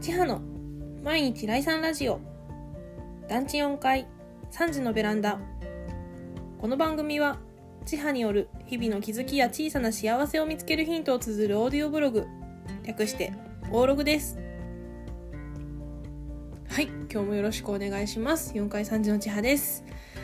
千葉の毎日来産ラジオ団地4階3時のベランダ。この番組は千葉による日々の気づきや小さな幸せを見つけるヒントを綴るオーディオブログ、略してオーログです。はい、今日もよろしくお願いします。4階3時の千葉です。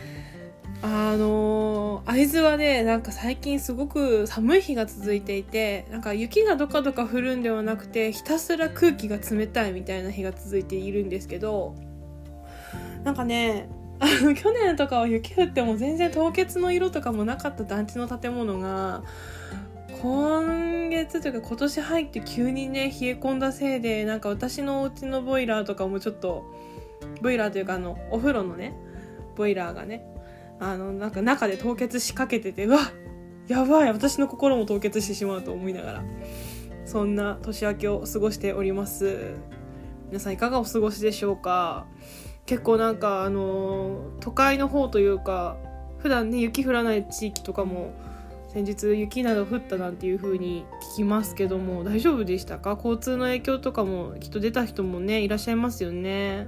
会津はね、なんか最近すごく寒い日が続いていて、なんか雪がどかどか降るんではなくて、ひたすら空気が冷たいみたいな日が続いているんですけど、なんかね、去年とかは雪降っても全然凍結の色とかもなかった団地の建物が、今月というか今年入って急にね冷え込んだせいで、なんか私のお家のボイラーとかもちょっと、ボイラーというかお風呂のねボイラーがね、なんか中で凍結しかけてて、うわやばい、私の心も凍結してしまうと思いながら、そんな年明けを過ごしております。皆さんいかがお過ごしでしょうか。結構なんか都会の方というか、普段ね雪降らない地域とかも先日雪など降ったなんていう風に聞きますけども、大丈夫でしたか？交通の影響とかもきっと出た人もねいらっしゃいますよね。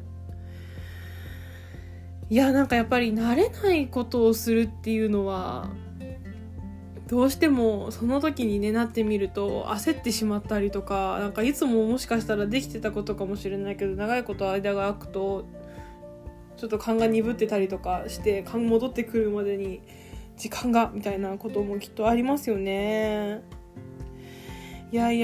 いや、なんかやっぱり慣れないことをするっていうのはどうしてもその時にねなってみると焦ってしまったりとか、なんかいつももしかしたらできてたことかもしれないけど、長いこと間が空くとちょっと勘が鈍ってたりとかして、勘戻ってくるまでに時間がみたいなこともきっとありますよね。いや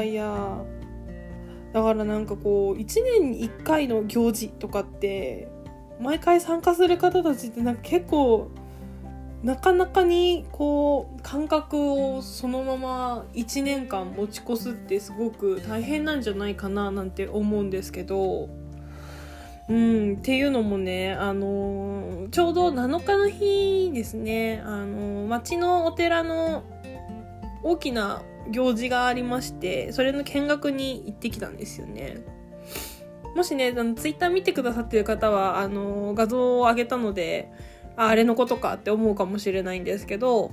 だからなんかこう1年に1回の行事とかって毎回参加する方たちってなんか結構なかなかにこう感覚をそのまま1年間持ち越すってすごく大変なんじゃないかななんて思うんですけど、っていうのもね、ちょうど7日の日ですね、町のお寺の大きな行事がありまして、それの見学に行ってきたんですよね。もしねツイッター見てくださってる方は画像を上げたので、あれのことかって思うかもしれないんですけど、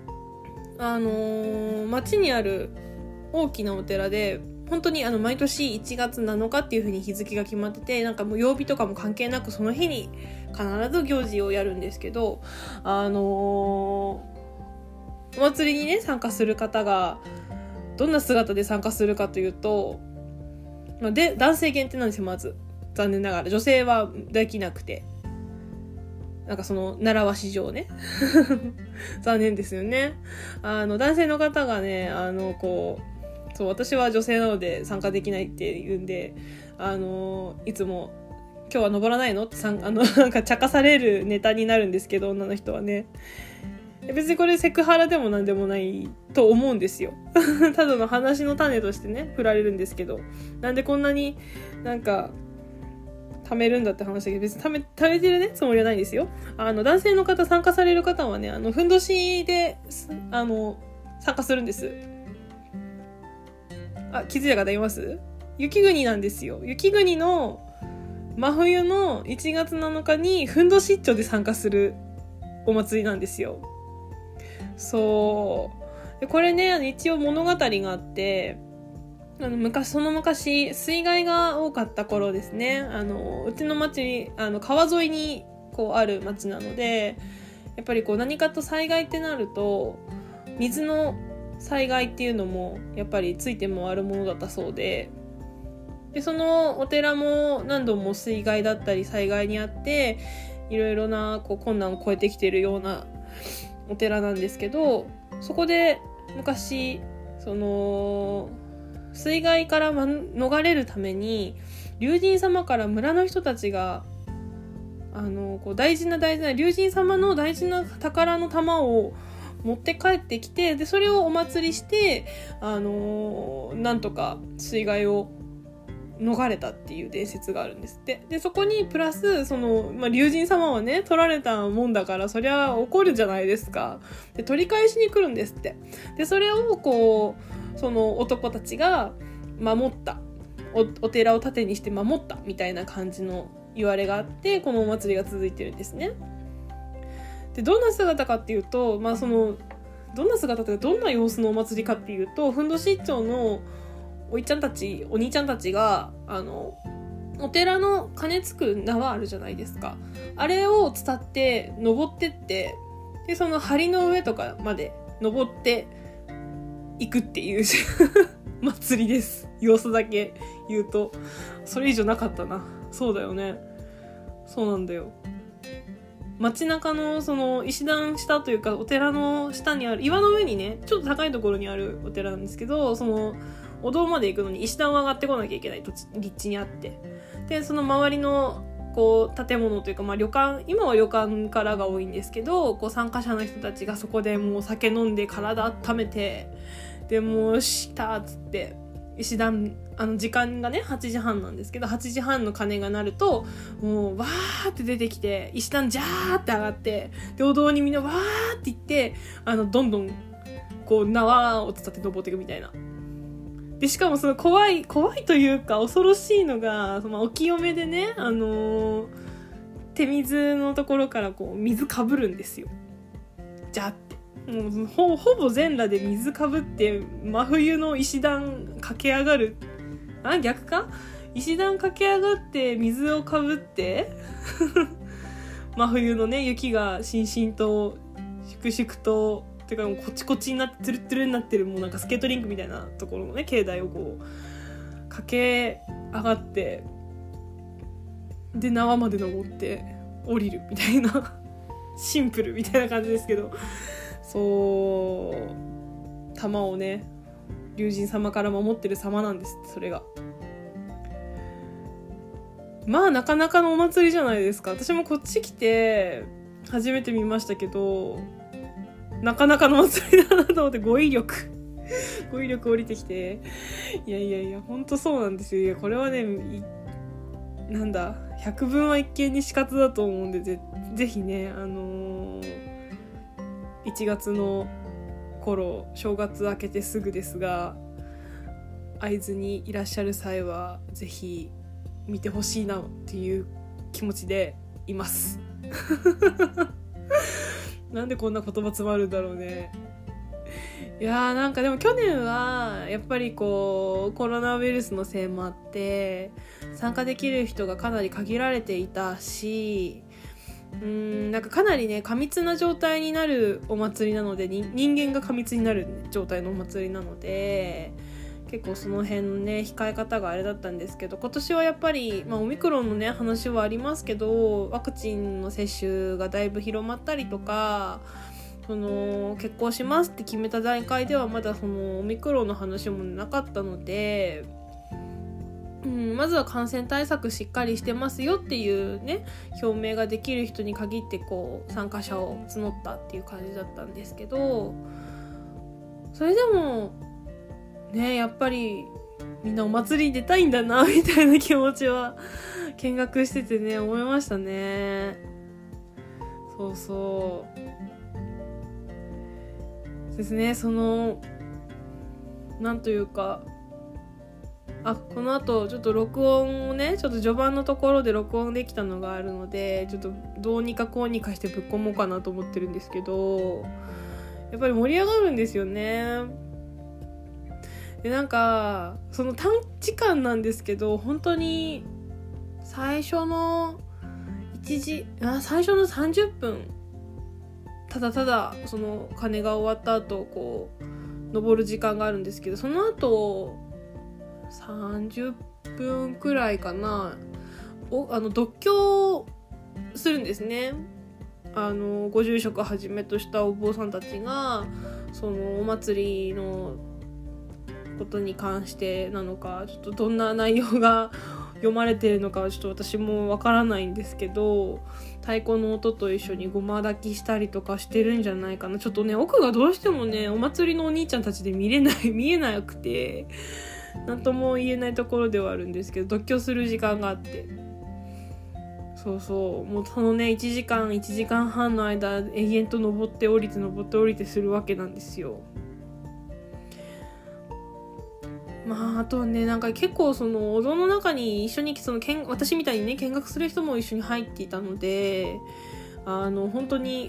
町にある大きなお寺で、本当に毎年1月7日っていう風に日付が決まってて、なんかもう曜日とかも関係なくその日に必ず行事をやるんですけど、お祭りにね参加する方がどんな姿で参加するかというと、で男性限定なんですよ。まず残念ながら女性はできなくて、なんかその習わし上ね残念ですよね。男性の方がねそう、私は女性なので参加できないって言うんで、いつも今日は登らないのってなんか茶化されるネタになるんですけど、女の人はね、別にこれセクハラでもなんでもないと思うんですよただの話の種としてね振られるんですけど、なんでこんなになんか貯めるんだって話だけど、別に貯めてるねつもりはないんですよ。男性の方、参加される方はねふんどしで参加するんです。気づいた方います？雪国なんですよ。雪国の真冬の1月7日にふんどし一丁で参加するお祭りなんですよ。そうで、これね一応物語があって、その昔水害が多かった頃ですね、うちの町川沿いにこうある町なので、やっぱりこう何かと災害ってなると水の災害っていうのもやっぱりついて回るものだったそうで、そのお寺も何度も水害だったり災害にあっていろいろなこう困難を越えてきているようなお寺なんですけど、そこで昔その水害から逃れるために龍神様から村の人たちがこう大事な龍神様の大事な宝の玉を持って帰ってきて、でそれをお祭りしてなんとか水害を逃れたっていう伝説があるんですって。でそこにプラス龍神様はね取られたもんだから、そりゃ怒るじゃないですか。で取り返しに来るんですって。でそれをこうその男たちが守った、 お寺を盾にして守ったみたいな感じの言われがあって、このお祭りが続いてるんですね。でどんな姿かっていうと、どんな姿というかどんな様子のお祭りかっていうと、ふんどし一丁のおいちゃんたちお兄ちゃんたちがお寺の鐘つく縄あるじゃないですか。あれを伝って登ってって、でその梁の上とかまで登っていくっていう祭りです。様子だけ言うと、それ以上なかったな。そうだよね、そうなんだよ。街中のその石段下というかお寺の下にある岩の上にね、ちょっと高いところにあるお寺なんですけど、そのお堂まで行くのに石段を上がってこなきゃいけない土地立地にあって、でその周りのこう建物というか、旅館、今は旅館からが多いんですけど、こう参加者の人たちがそこでもう酒飲んで体温めて、でもうしたっつって石段、時間がね8時半なんですけど、8時半の鐘が鳴るともうわーって出てきて、石段ジャーって上がって、でお堂にみんなわーって行って、どんどんこう縄を伝って登っていくみたいな。でしかもその怖いというか恐ろしいのが、そのお清めでね、手水のところからこう水かぶるんですよ。ジャーって。もうほぼ全裸で水かぶって真冬の石段駆け上がる。逆か、石段駆け上がって水をかぶって真冬のね雪がしんしんと粛々と、てかもうこちこちになってツルツルになってる、もうなんかスケートリンクみたいなところのね境内をこう駆け上がって、で縄まで登って降りるみたいなシンプルみたいな感じですけど、そう玉をね龍神様から守ってる様なんです。それがなかなかのお祭りじゃないですか。私もこっち来て初めて見ましたけど、なかなかのお祭りだなと思って、語彙力降りてきて、いやほんとそうなんですよ。いやこれはね、なんだ、百聞は一見にしかずだと思うんで、ぜひね、1月の頃、正月明けてすぐですが、会津にいらっしゃる際はぜひ見てほしいなっていう気持ちでいますなんでこんな言葉詰まるんだろうね。いやー、なんかでも去年はやっぱりこうコロナウイルスのせいもあって参加できる人がかなり限られていたし、なんかかなりね過密な状態になるお祭りなので、人間が過密になる状態のお祭りなので、結構その辺のね控え方があれだったんですけど、今年はやっぱり、オミクロンのね話はありますけど、ワクチンの接種がだいぶ広まったりとか、その結婚しますって決めた段階ではまだそのオミクロンの話もなかったので、まずは感染対策しっかりしてますよっていうね表明ができる人に限ってこう参加者を募ったっていう感じだったんですけど、それでもねやっぱりみんなお祭りに出たいんだなみたいな気持ちは見学しててね思いましたね。そうですね。そのなんというか、この後ちょっと録音をねちょっと序盤のところで録音できたのがあるので、ちょっとどうにかこうにかしてぶっ込もうかなと思ってるんですけど、やっぱり盛り上がるんですよね。でなんかその短時間なんですけど、本当に最初の30分ただただその鐘が終わった後こう登る時間があるんですけど、その後30分くらいかな、読経するんですね。ご住職はじめとしたお坊さんたちがそのお祭りのことに関してなのか、ちょっとどんな内容が読まれているのかはちょっと私もわからないんですけど、太鼓の音と一緒にごま抱きしたりとかしてるんじゃないかな。ちょっとね奥がどうしてもねお祭りのお兄ちゃんたちで見えなくてなんとも言えないところではあるんですけど、読経する時間があって、もうそのね1時間半の間永遠と登って降りてするわけなんですよ。あとはねなんか結構そのお堂の中に一緒に私みたいにね見学する人も一緒に入っていたので、本当に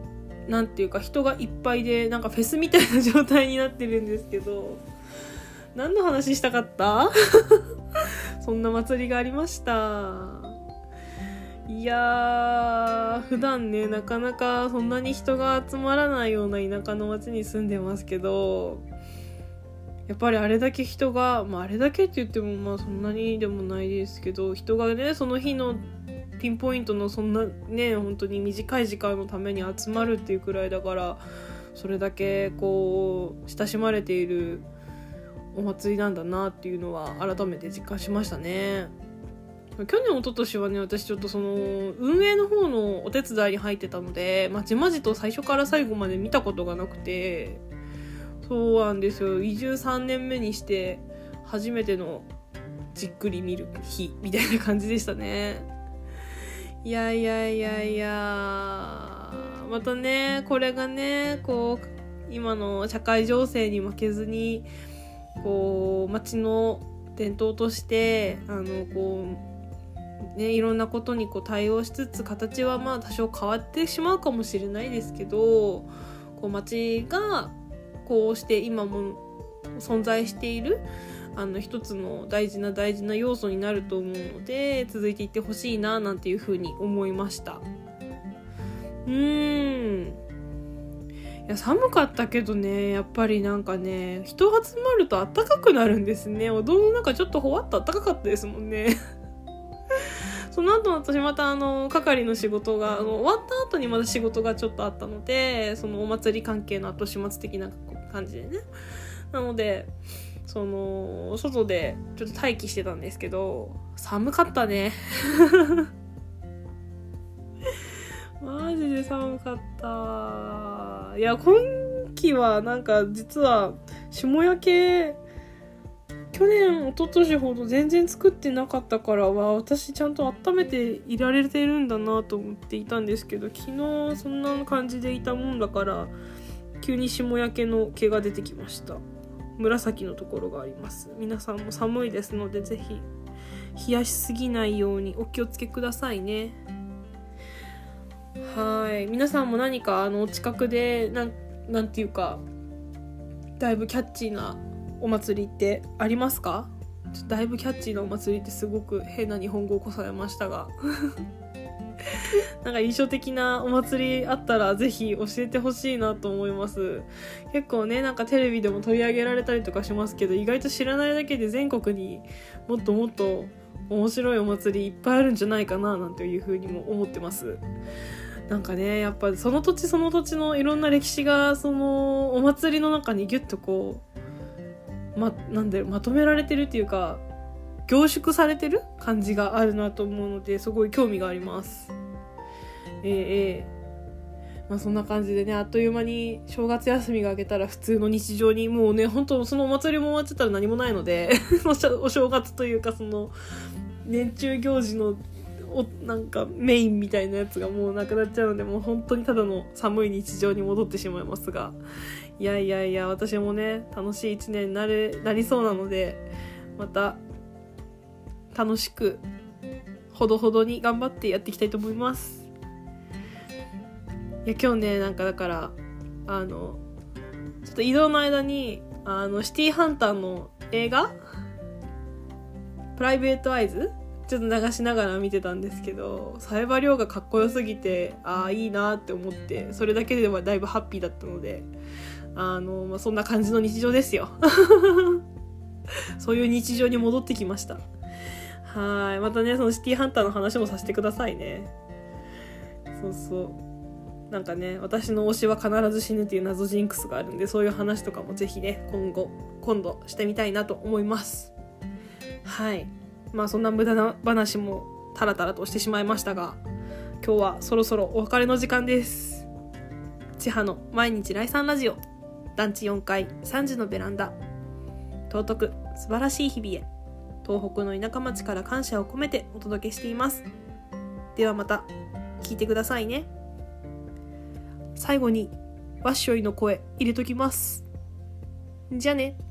なんていうか人がいっぱいでなんかフェスみたいな状態になってるんですけど、 何の話したかったそんな祭りがありました。いやー、普段ね、なかなかそんなに人が集まらないような田舎の町に住んでますけど、やっぱりあれだけ人が、あれだけって言ってもそんなにでもないですけど、人がね、その日のピンポイントのそんなね、本当に短い時間のために集まるっていうくらいだから、それだけこう親しまれているお祭りなんだなっていうのは改めて実感しましたね。去年一昨年はね、私ちょっとその運営の方のお手伝いに入ってたので、まじまじと最初から最後まで見たことがなくて、そうなんですよ。移住3年目にして初めてのじっくり見る日みたいな感じでしたね。いやまたね、これがね、こう今の社会情勢に負けずにこう町の伝統としてこうね、いろんなことにこう対応しつつ、形は多少変わってしまうかもしれないですけど、こう町がこうして今も存在している一つの大事な要素になると思うので、続いていってほしいななんていうふうに思いました。いや、寒かったけどね、やっぱりなんかね、人が集まると暖かくなるんですね。お堂の中ちょっとほわっと暖かかったですもんね。その後私また係の仕事が終わった後にまた仕事がちょっとあったので、そのお祭り関係の後始末的な感じでね、なのでその外でちょっと待機してたんですけど、寒かったね。マジで寒かった。いや、今期はなんか実は霜焼け去年一昨年ほど全然作ってなかったからは、私ちゃんと温めていられてるんだなと思っていたんですけど、昨日そんな感じでいたもんだから急に霜焼けの毛が出てきました。紫のところがあります。皆さんも寒いですので、ぜひ冷やしすぎないようにお気をつけくださいね。はい、皆さんも何かお近くでなんていうかだいぶキャッチーなお祭りってありますか？だいぶキャッチーなお祭りってすごく変な日本語をこされましたがなんか印象的なお祭りあったらぜひ教えてほしいなと思います。結構ね、なんかテレビでも取り上げられたりとかしますけど、意外と知らないだけで全国にもっともっと面白いお祭りいっぱいあるんじゃないかななんていうふうにも思ってます。なんかね、やっぱその土地その土地のいろんな歴史がそのお祭りの中にギュッとこうまとめられてるっていうか、凝縮されてる感じがあるなと思うので、すごい興味があります。そんな感じでね、あっという間に正月休みが明けたら普通の日常に、もうね、本当そのお祭りも終わっちゃったら何もないのでお正月というかその年中行事のなんかメインみたいなやつがもうなくなっちゃうので、もう本当にただの寒い日常に戻ってしまいますが、いや私もね、楽しい一年になりそうなので、また楽しくほどほどに頑張ってやっていきたいと思います。いや、今日ね、なんかだからちょっと移動の間にシティハンターの映画プライベートアイズちょっと流しながら見てたんですけど、冴羽涼がかっこよすぎていいなって思って、それだけではだいぶハッピーだったので、そんな感じの日常ですよ。そういう日常に戻ってきました。はい、またね、そのシティハンターの話もさせてくださいね。そうなんかね、私の推しは必ず死ぬっていう謎ジンクスがあるんで、そういう話とかもぜひね、今度してみたいなと思います。はい、そんな無駄な話もタラタラとしてしまいましたが、今日はそろそろお別れの時間です。千葉の毎日来産ラジオ、団地4階3時のベランダ、尊く素晴らしい日々へ、東北の田舎町から感謝を込めてお届けしています。ではまた聞いてくださいね。最後にワッショイの声入れときます。じゃあね。